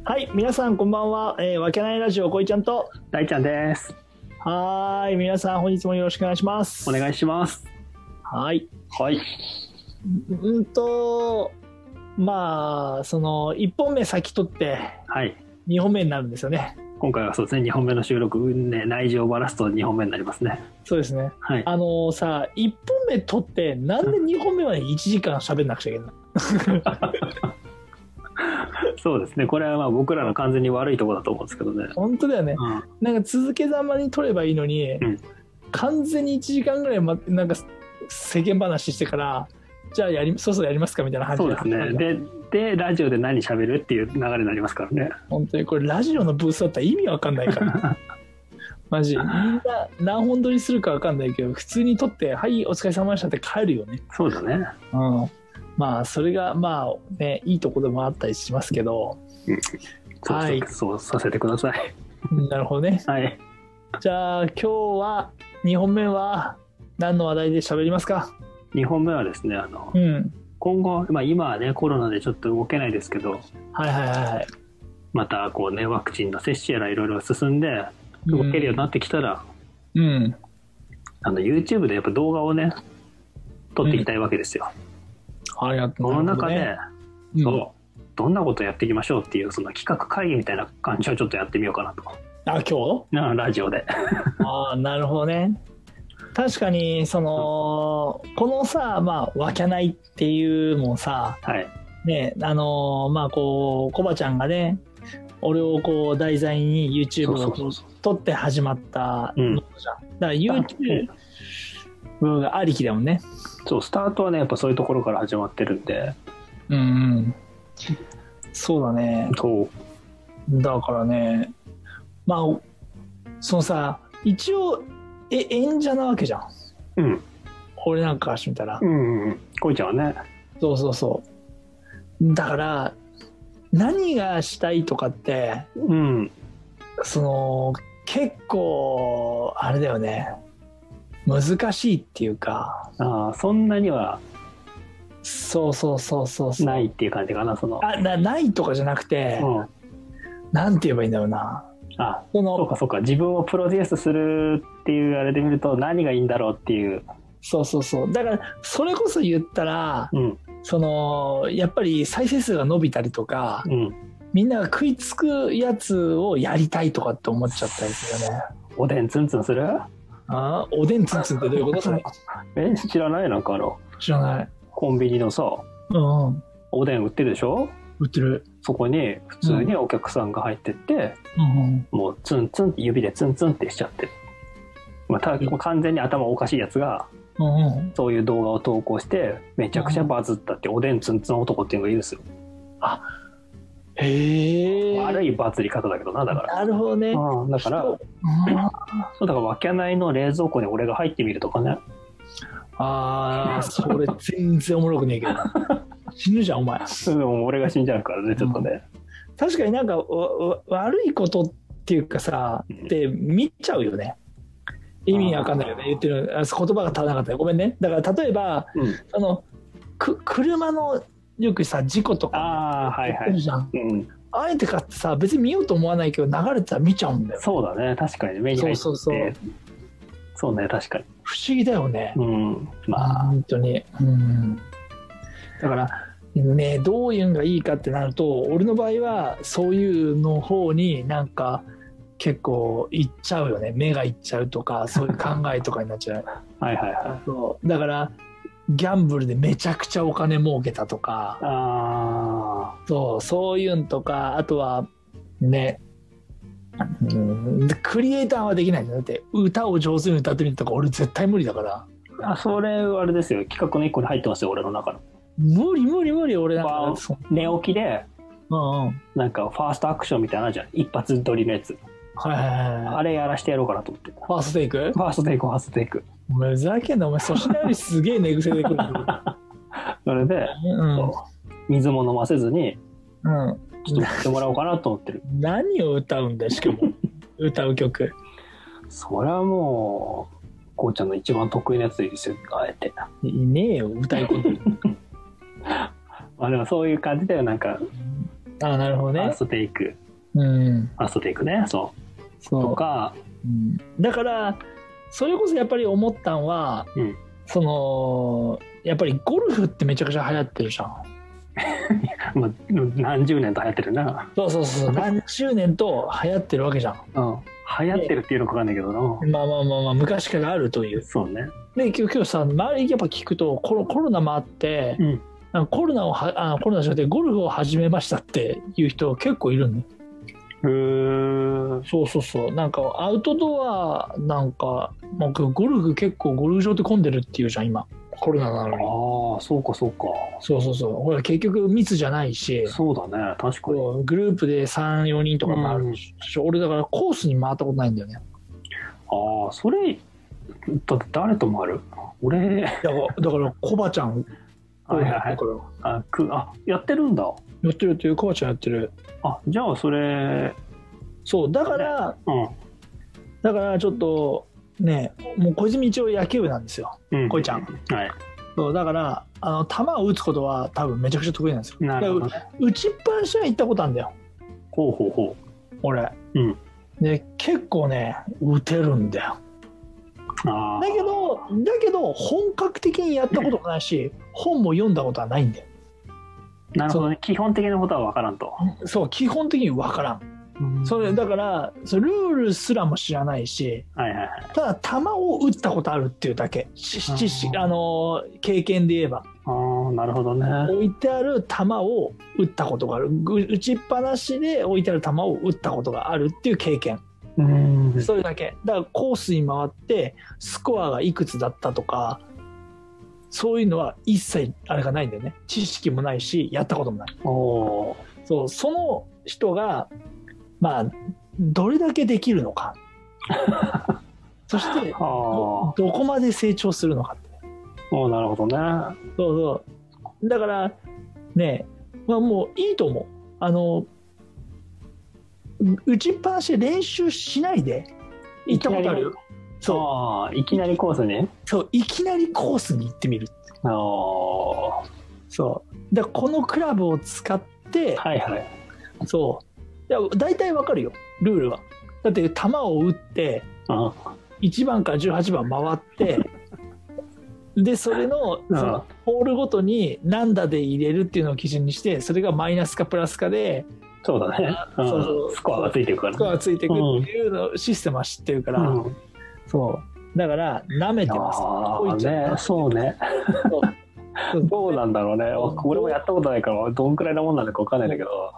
はい、皆さんこんばんは。わけないラジオこいちゃんと。 大ちゃんです。 はい、皆さん本日もよろしくお願いします。 お願いします。 はい。 はい。 まあその1本目先取ってはい。 2本目になるんですよね。 今回はそうですね、2本目の収録、内情をばらすと2本目になりますね。 そうですね。 はい。 さ、1本目取ってなんで2本目まで1時間喋んなくちゃいけないの？ そうですね、これはまあ僕らの完全に悪いところだと思うんですけどね。 本当だよね。なんか続けざまに取ればいいのに、完全に1時間ぐらい、なんか世間話してからじゃあそろそろやりますかみたいな感じそうですね。でラジオで何喋るっていう流れになりますからね。 本当にこれラジオのブースだったら意味わかんないからマジみんな何本撮りするかわかんないけど普通に撮ってはいお疲れ様でしたって帰るよね。 そうだね。 まあそれがまあねいいとこでもあったりしますけど、 はい、そうさせてください。 なるほどね。 はい。 じゃあ今日は2本目は何の話題で喋りますか ？2本目はですね、今後、今はねコロナでちょっと動けないですけど、またこうねワクチンの接種やらいろいろ進んで動けるようになってきたら、YouTube でやっぱ動画をね撮っていきたいわけですよ。その中で、どんなことをやっていきましょうっていうその企画会議みたいな感じをちょっとやってみようかなと。 今日ラジオでなるほどね。確かにこのさわけないっていうもんさ、ねこうコバちゃんがね俺をこう題材に YouTube を撮って始まったのじゃん。だから YouTube がありきだもんね。 そう、スタートはねやっぱそういうところから始まってるんで。 そうだね。だからねそのさ一応演者なわけじゃん。俺なんかしてみたら。 こいちゃんはね。 そうだから何がしたいとかって、結構あれだよね、難しいっていうか。 そんなにはそうないっていう感じかな。 ないとかじゃなくて、なんて言えばいいんだろうな。 そうか自分をプロデュースするっていうあれで見ると何がいいんだろうっていう。 だからそれこそ言ったら、やっぱり再生数が伸びたりとか、みんなが食いつくやつをやりたいとかって思っちゃったりするよね。 おでんツンツンする？ おでんツンツンってどういうこと？それ知らない？なんか知らない。 コンビニのさ、おでん売ってるでしょ？ 売ってる。 そこに普通にお客さんが入ってって、もうツンツンって指でツンツンってしちゃってる。完全に頭おかしいやつが、そういう動画を投稿してめちゃくちゃバズったって、おでんツンツン男っていうのがいいですよ。悪いバズり方だけどな。だからなるほどね。 だからわけないの冷蔵庫に俺が入ってみるとかね。 それ全然おもろくねえけど死ぬじゃんお前。 俺が死んじゃうからねちょっとね。 確かになんか悪いことっていうかさ、って見ちゃうよね。意味わかんないよね言ってる言葉が足らなかったよ、ごめんね。だから例えば、車のよくさ事故とかやってるじゃん。あえてかってさ別に見ようと思わないけど流れてたら見ちゃうんだよ。 そうだね、確かに目に入って。そうね、確かに不思議だよね。本当に。だからね、どういうのがいいかってなると俺の場合はそういうの方になんか結構いっちゃうよね。目がいっちゃうとかそういう考えとかになっちゃう。だからギャンブルでめちゃくちゃお金儲けたとか、そういうのとか、あとはね、クリエイターはできないんだ。だって歌を上手に歌ってみるとか俺絶対無理だから。 それあれですよ、企画の一個に入ってますよ俺の中の。 無理俺なんか寝起きでなんかファーストアクションみたいなのじゃん、一発撮りのやつ。あれやらしてやろうかなと思って。 ファーストテイクふざけんなお前。粗品よりすげえ寝癖でくるそれで、水も飲ませずにちょっとやってもらおうかなと思ってる。 何を歌うんだよしかも歌う曲。 それはもうこうちゃんの一番得意なやつでいいですよ、あえて。 いねえよ歌い込んでるでもそういう感じだよ。なんかあ、なるほどね。 ファーストテイク。 うん。 ファーストテイクね。そう。とか、 うん、だからそれこそやっぱり思ったんは、うん、そのやっぱりゴルフってめちゃくちゃ流行ってるじゃん。 まあ、何十年と流行ってるな。 そうそうそう、何十年と流行ってるわけじゃん。 うん、流行ってるっていうのか分かんないけどな。 まあまあまあまあ、昔からあるという。 そうね。 で今日さ、周りやっぱ聞くとコロナもあって、うん、コロナじゃなくてゴルフを始めましたっていう人結構いるんだよ。そうそうそう、なんかアウトドアなんか、まあ、ゴルフ結構ゴルフ場って混んでるっていうじゃん今、コロナなのに。 ああ、そうかそうか。 そうそうそう、ほら結局密じゃないし。 そうだね、確かに。 グループで3、4人とかもあるし、俺だからコースに回ったことないんだよね。 ああ、それだって誰と回る？俺だからコバちゃん。 はいはいはい。あ、やってるんだ。 やってるっていう、コバちゃんやってる。 あ、じゃあそれそうだから、うん、だからちょっとね、もう小泉一応野球部なんですよ、うん、こいちゃん。はい。そうだから球を打つことは多分めちゃくちゃ得意なんですよ。なるほどね。打ちっぱなしは行ったことあるんだよ。 ほうほうほう。 俺。うん。で結構ね打てるんだよ。だけど本格的にやったこともないし本も読んだことはないんだよ。 なるほどね。基本的なことは分からんと。 そう、基本的に分からん。それだからルールすらも知らないし、はいはいはい、ただ球を打ったことあるっていうだけ、経験で言えば。 あ、なるほどね。 置いてある球を打ったことがある、打ちっぱなしで置いてある球を打ったことがあるっていう経験。それだけだから、コースに回ってスコアがいくつだったとかそういうのは一切あれがないんだよね。知識もないしやったこともない。そう、その人がまあどれだけできるのかそしてどこまで成長するのかって。 なるほどね。 そうそうだからね、まあ、もういいと思う。打ちっぱなしで練習しないで行ったことあるよ。 そう、いきなりコースに？ そう、いきなりコースに行ってみる。そうだからこのクラブを使って、はいはい、そういや大体わかるよルールは。だって球を打って1番から18番回ってでそのホールごとに何打で入れるっていうのを基準にして、それがマイナスかプラスかで、 そうだね、スコアがついていくから、ね、 スコアがついていくっていうのシステムは知ってるから、そうだから舐めてます。 そうね。どうなんだろうね。俺もやったことないからどんくらいのもんなのか分かんないんだけど、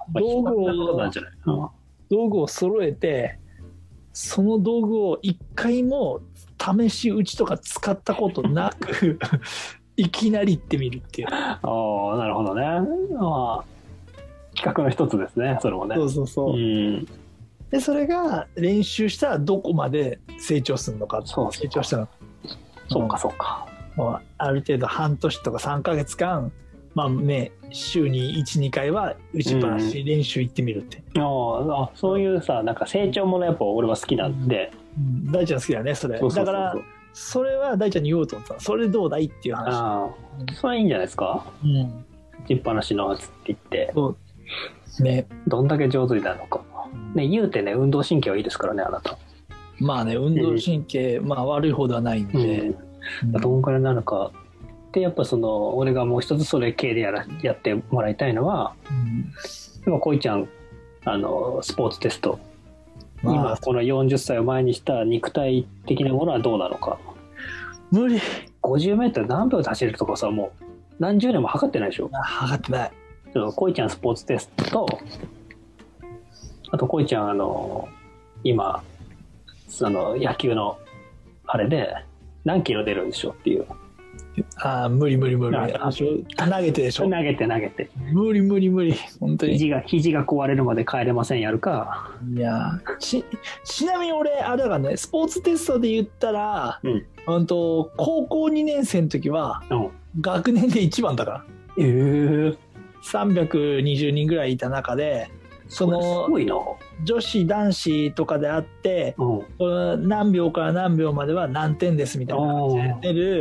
道具を揃えて、その道具を一回も試し打ちとか使ったことなくいきなり行ってみるっていう。 ああ、なるほどね。企画の一つですね、それもね。 そう、でそれが練習したらどこまで成長するのか。成長したのか。 そうか。 ある程度半年とか3ヶ月間、まあね、週に 1,2 回は打ちっぱなし練習行ってみるって。 そういうさ、なんか成長ものやっぱ俺は好きなんで、 大ちゃん好きだねそれ。だからそれは大ちゃんに言おうと思った。それどうだいっていう話。 それいいんじゃないですか。打ちっぱなしのやつって言って、ね、どんだけ上手になるのかね。言うてね、運動神経はいいですからね、あなた。 まあね、運動神経、まあ悪い方ではないんで、 どんくらいになるかで、やっぱ俺がもう一つそれ系でやってもらいたいのは、今こいちゃんスポーツテスト、今この40歳を前にした肉体的なものはどうなのか。 無理。 50メートル何秒で走れるとかさ、もう何十年も測ってないでしょ。 測ってない。 こいちゃんスポーツテストと、あとこいちゃん今野球のあれで何キロ出るんでしょっていう。 無理投げてでしょ。投げて無理本当に肘が壊れるまで帰れませんやるか。 いやちなみに俺あれだからね、スポーツテストで言ったら、高校2年生の時は、学年で1番だから。320人ぐらいいた中で、 すごいな。 女子男子とかであって、何秒から何秒までは何点ですみたいな感じで出る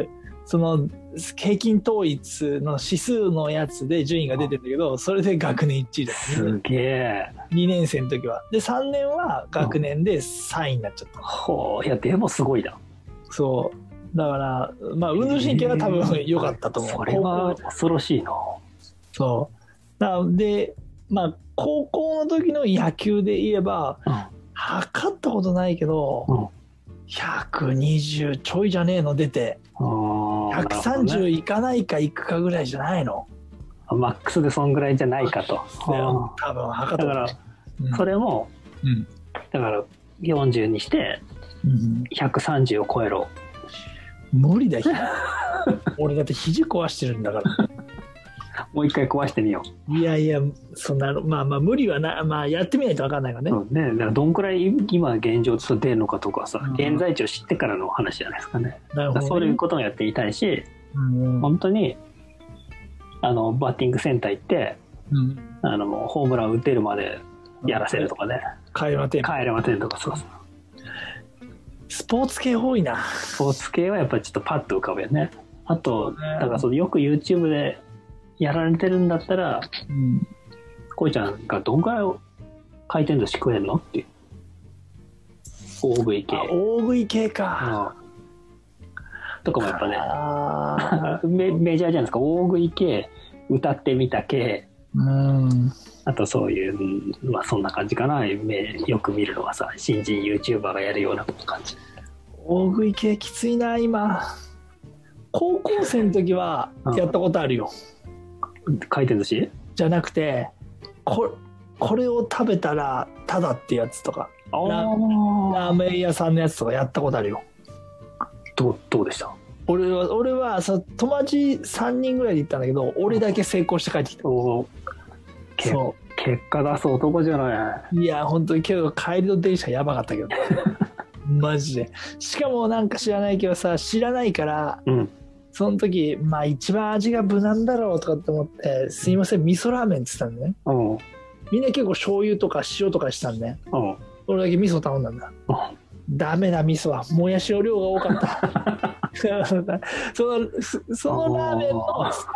その平均統一の指数のやつで順位が出てるんだけど、それで学年1位だった。 すげえ。 2年生の時は。で3年は学年で3位になっちゃった。 ほう、いやでもすごいな。 そうだからまあ運動神経は多分良かったと思う。 それは恐ろしいな。 そうなのでまあ高校の時の野球で言えば、測ったことないけど、120ちょいじゃねえの出て、130いかないかいくかぐらいじゃないの。 マックスでそんぐらいじゃないかと。 多分測ったことない。 だからそれも、だから40にして130を超えろ。 無理だよ。俺だって肘壊してるんだから。 もう一回壊してみよう。いやいや、そんなまあ無理はな、まあやってみないと分かんないからね。 そうね、だからどんくらい今現状と出るのかとかさ、現在地を知ってからの話じゃないですかね。なるほどね。そういうことをやってみたいし、本当にバッティングセンター行って、もうホームラン打てるまでやらせるとかね。帰れまてんとか、そうそう。 スポーツ系多いな。 スポーツ系はやっぱりちょっとパッと浮かぶよね。あと、だからそのよく YouTube でやられてるんだったら、こいちゃんがどんくらい回転寿司食えんのっていう。大食い系。 大食い系か。 とかもやっぱね、メジャーじゃないですか。大食い系、歌ってみた系。あとそういう、まあそんな感じかな。よく見るのはさ、新人 YouTuber がやるような感じ。 大食い系きついな今。高校生の時はやったことあるよ。 回転寿司じゃなくて、これを食べたらタダってやつとか、ラーメン屋さんのやつとかやったことあるよ。 どうでした？ 俺はさ、友達3人ぐらいで行ったんだけど、俺だけ成功して帰ってきた。 そう、結果出す男じゃない。 いや本当にけど帰りの電車やばかったけどマジで。しかもなんか知らないけどさ、知らないから、その時まあ一番味が無難だろうとかって思って、すいません味噌ラーメンって言ってたんだね。みんな結構醤油とか塩とかしたんね。俺だけ味噌頼んだんだ。ダメだ味噌はもやしの量が多かったそのラーメンの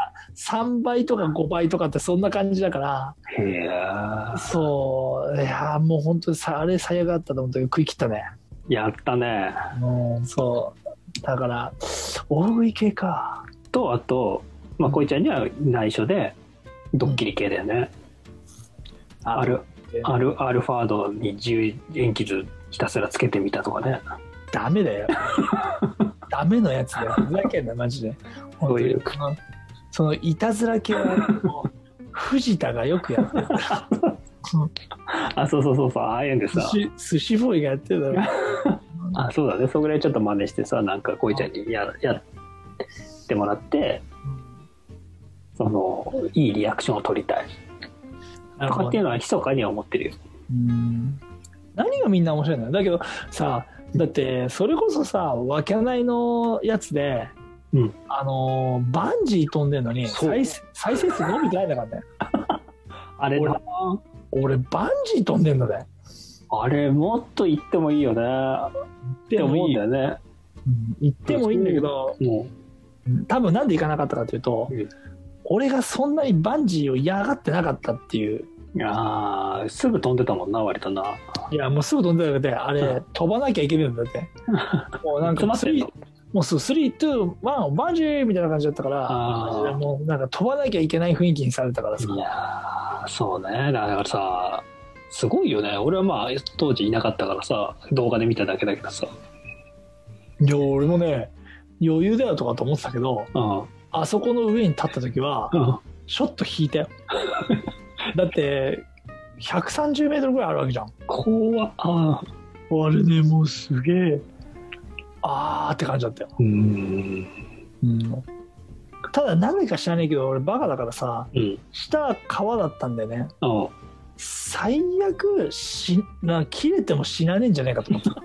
3倍とか5倍とかってそんな感じだから。そういやもう本当にあれ最悪だったと思ったけど食い切ったね。 やったね。 そうだから大食い系かと、あとまあこいちゃんには内緒でドッキリ系だよね。アルファードに10円傷ひたすらつけてみたとかね。 ダメだよダメのやつだよ。ふざけんなマジで。 そういうそのいたずら系は藤田がよくやってるそうああいうんでさ、 寿司ボーイがやってるだろそうだね。それぐらいちょっと真似してさ、なんかこいちゃんにやってもらって、そのいいリアクションを取りたいとかっていうのは密かには思ってるよ。 何がみんな面白いんだよ。だけどさ、だってそれこそさ、わけないのやつで、バンジー飛んでんのに再生数伸びてないんだからねあれ俺バンジー飛んでんので、 あれもっと言ってもいいよねって思うんだよね。 言ってもいいんだけど、多分なんで行かなかったかというと、俺がそんなにバンジーを嫌がってなかったっていう。 すぐ飛んでたもんな割とな。 いやもうすぐ飛んでただけで、あれ飛ばなきゃいけないんだってもうなんかもう3、2、1バンジーみたいな感じだったから、もうなんか飛ばなきゃいけない雰囲気にされたからさ。 いやそうね。だからさ、すごいよね。俺はまあ当時いなかったからさ、動画で見ただけだけどさ。 いや俺もね余裕だよとかと思ってたけど、あそこの上に立った時は、ちょっと引いたよだって130メートルぐらいあるわけじゃん。 怖っ。 あれねもうすげえって感じだったよ。ただ何でか知らないけど俺バカだからさ、下川だったんでね、最悪切れても死なねえんじゃないかと思った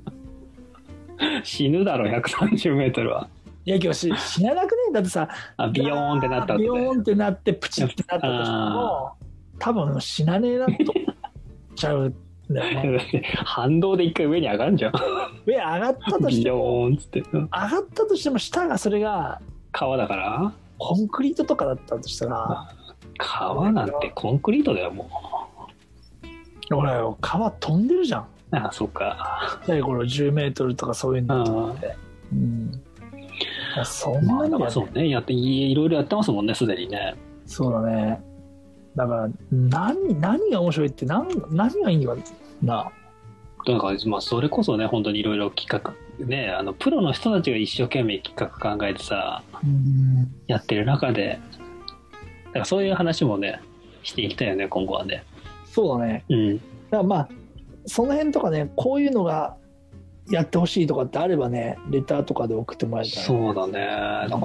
死ぬだろ130メートルは。 いや今日死ななくねえだってさ、 ビヨーンってなったビヨーンってなってプチってなったとしても多分死なねえなと思っちゃうだよね。 反動で一回上に上がるんじゃん。 上上がったとしても、 ビヨーンっつって。 上がったとしても下がそれが川だからコンクリートとかだったとしたら、 川なんてコンクリートだよもほらよ、川飛んでるじゃん。 う。ああそうか。 ちっちゃい頃10メートルとかそういうのとかって。うん。そんなに、ね、 そうね、いろいろやってますもんねすでにね。 そうだね。だから何が面白いって何がいいのかな。 だからまあそれこそね本当にいろいろ企画ね、プロの人たちが一生懸命企画考えてさ、やってる中で、だからそういう話もねしていきたいよね今後はね。 そうだね。だからまあその辺とかね、こういうのがやってほしいとかってあればね、レターとかで送ってもらえたら、ね、 そうだね。だから、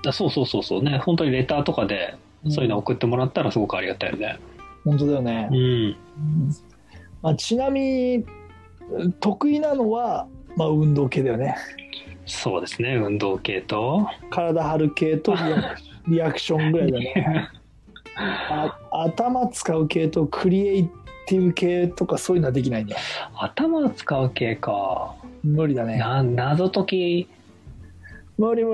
そうね、本当にレターとかでそういうの送ってもらったらすごくありがたいよね。 本当だよね。まあ、ちなみに得意なのは、まあ、運動系だよね。 そうですね、運動系と体張る系とリアクションぐらいだね。頭使う系とクリエイティブ系とかそういうのはできないね。 頭使う系か。 無理だね。 謎解き無理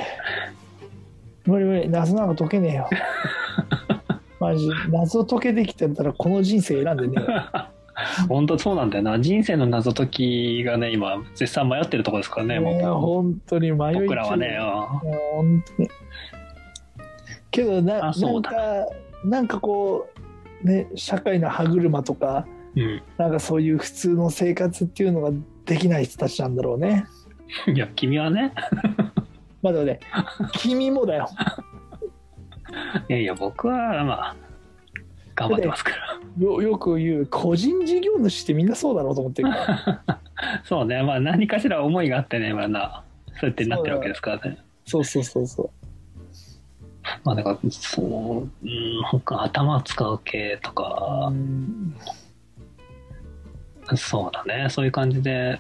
謎なんか解けねえよ。マジ謎解けできてたらこの人生選んでねえよ。 本当そうなんだよな。人生の謎解きがね今絶賛迷ってるところですからね。 本当に迷い僕らはね。 本当に。けどなんかこうね、社会の歯車とか、なんかそういう普通の生活っていうのができない人たちなんだろうね。 いや君はね。 まだね、君もだよ。 いや僕はまあ頑張ってますから。 よく言う個人事業主ってみんなそうだろうと思ってるから。 そうね、まあ何かしら思いがあってね、まあそうやってなってるわけですからね。 そう。 まあだから他頭使う系とか、そうだね、そういう感じで、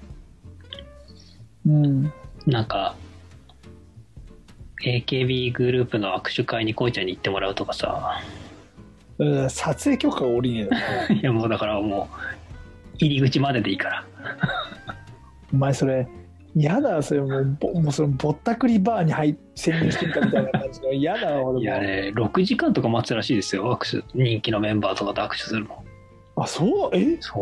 なんか AKB グループの握手会にこいちゃんに行ってもらうとかさ。 撮影許可が下りねえいやもうだからもう入り口まででいいから。 お前それやだ、それもうそのぼったくりバーに潜入してたみたいな感じのやだ俺も。 いやね、6時間とか待つらしいですよ、人気のメンバーとかと握手するの。 あ、そう？そう？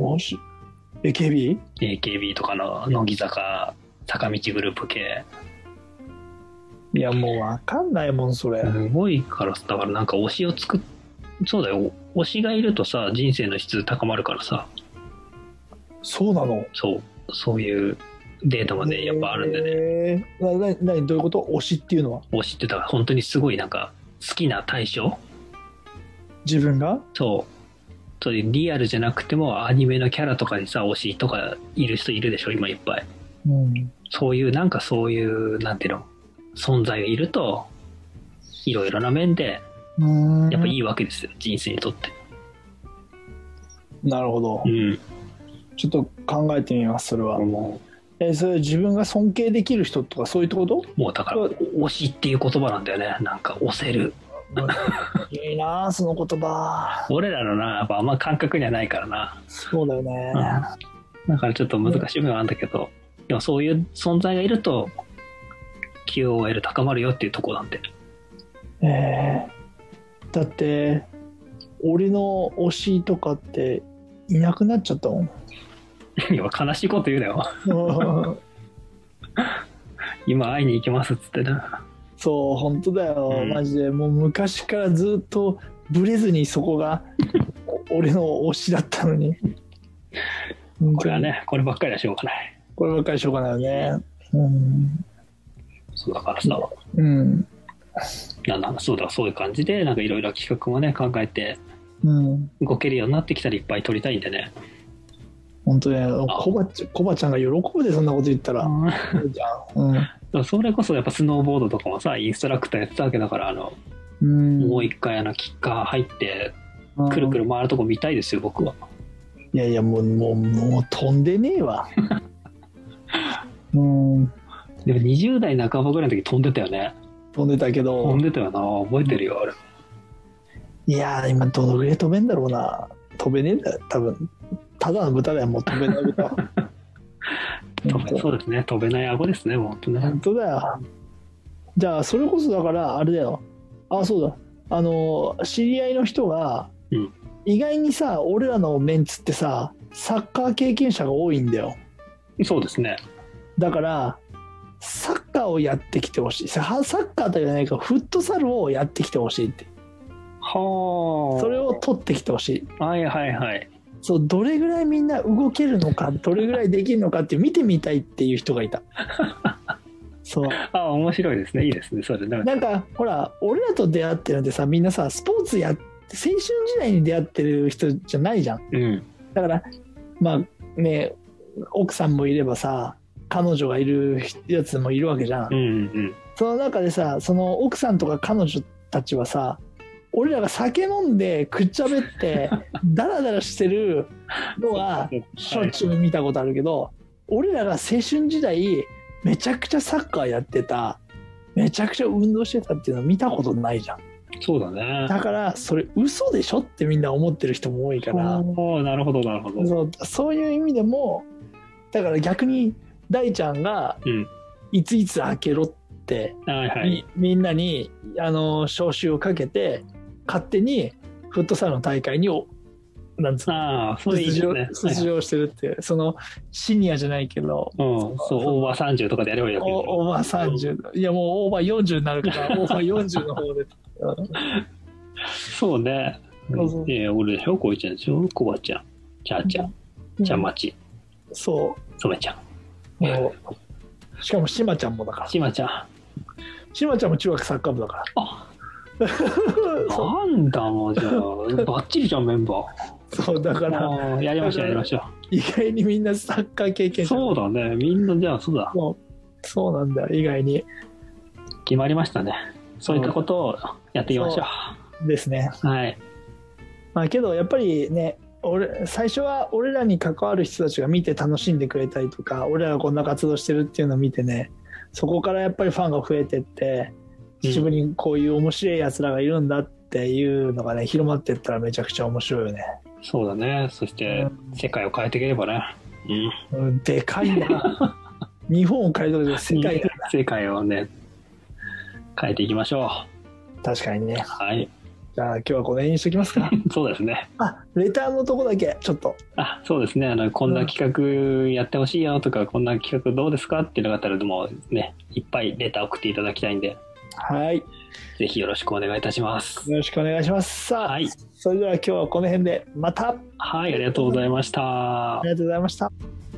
AKB とかの乃木坂坂道グループ系。 いやもう分かんないもんそれ。 すごいからだからなんか推しをそうだよ、推しがいるとさ人生の質高まるからさ。 そうなの？ そういうデータまでやっぱあるんでね。 どういうこと？推しっていうのは？ 推しってだから本当にすごいなんか好きな対象、 自分がそういうリアルじゃなくてもアニメのキャラとかにさ推しとかいる人いるでしょ今いっぱい。そういうなんていうの存在がいるといろいろな面でやっぱいいわけですよ人生にとって。 なるほど。ちょっと考えてみますそれは。それ自分が尊敬できる人とかそういうこと？ もうだから推しっていう言葉なんだよね。なんか推せる。 いいなその言葉。 俺らのやっぱあんま感覚にはないからな。 そうだよね。 だからちょっと難しい部分はあるんだけど、でもそういう存在がいると QOL 高まるよっていうところなんで。 だって俺の推しとかっていなくなっちゃったもん。 いや悲しいこと言うなよ。今会いに行きますっつってな。 そう本当だよ、マジでもう昔からずっとブレずにそこが俺の推しだったのに。 これはね、こればっかりはしょうがない。 こればっかりしょうがないよね。 そうだからさ、そういう感じでなんかいろいろ企画もね考えて、動けるようになってきたらいっぱい撮りたいんでね。 本当ね、コバちゃんが喜ぶでそんなこと言ったら。 それこそやっぱスノーボードとかもさインストラクターやってたわけだからもう一回キッカー入ってくるくる回るとこ見たいですよ僕は。 いやもう飛んでねえわ。でも 20代半ばぐらいの時飛んでたよね。 飛んでたけど。 飛んでたよな、覚えてるよあれ。 いやー、今どのぐらい飛べんだろうな。飛べねえんだよ、多分。ただの豚だよ、もう飛べない豚。 そうですね、飛べない顎ですね、もう本当ね。 本当だよ。じゃあ、それこそだから、あれだよ。あ、そうだ。知り合いの人が、 うん、 意外にさ、俺らのメンツってさ、サッカー経験者が多いんだよ。 そうですね。 だから、サッカーをやってきてほしい。サッカーとじゃないか、フットサルをやってきてほしいって。 はあ。 それを取ってきてほしい。 はいはいはい。 そう、どれぐらいみんな動けるのか、どれぐらいできるのかって見てみたいっていう人がいた。そう。 あ、面白いですね。いいですね。それなんかほら、俺らと出会ってるんでさ、みんなさ、スポーツやって青春時代に出会ってる人じゃないじゃん。 うん。 だからまあね、奥さんもいればさ、彼女がいるやつもいるわけじゃん。 うんうん。 その中でさ、その奥さんとか彼女たちはさ、俺らが酒飲んでくっちゃべってダラダラしてるのはしょっちゅう見たことあるけど、俺らが青春時代めちゃくちゃサッカーやってた、めちゃくちゃ運動してたっていうの見たことないじゃん。 そうだね。 だからそれ嘘でしょってみんな思ってる人も多いから。 なるほどなるほど。 そういう意味でも、だから逆に大ちゃんがいついつ開けろって、 はいはい、 みんなに招集をかけて勝手にフットサルの大会になんつうの、出場してるっていう、そのシニアじゃないけど、 そうオーバー30とかでやればいいわけ。 オーバー30、いやもうオーバー40になるからオーバー40の方でそうね。俺でしょ、こいちゃんでしょ、コバちゃん、チャーちゃん、ちゃんまち、 そう、 ソメちゃん、 しかもしまちゃんもだから。 しまちゃんも中学サッカー部だから。 あなんだもう、じゃあバッチリじゃんメンバー。そうだからやりましょう。 意外にみんなサッカー経験者。 そうだね、みんな。じゃあそうなんだよ、意外に決まりましたね。そういったことをやっていきましょうですね。 はい。 まあけどやっぱりね、最初は俺らに関わる人たちが見て楽しんでくれたりとか、俺らがこんな活動してるっていうのを見てね、そこからやっぱりファンが増えてって、自分にこういう面白いやつらがいるんだっていうのがね、広まっていったらめちゃくちゃ面白いよね。 そうだね。そして世界を変えていければね。 でかいな。日本を変えると世界をね、変えていきましょう。確かにね。 はい。 じゃあ今日はこの辺にしときますか。 そうですね。 レターのとこだけちょっと。 そうですね。こんな企画やってほしいよとか、こんな企画どうですかっていうのがあったら、でもね、いっぱいレター送っていただきたいんで、 はい。 ぜひよろしくお願いいたします。 よろしくお願いします。さあ、はい、それでは今日はこの辺でまた。 はい、ありがとうございました。 ありがとうございました。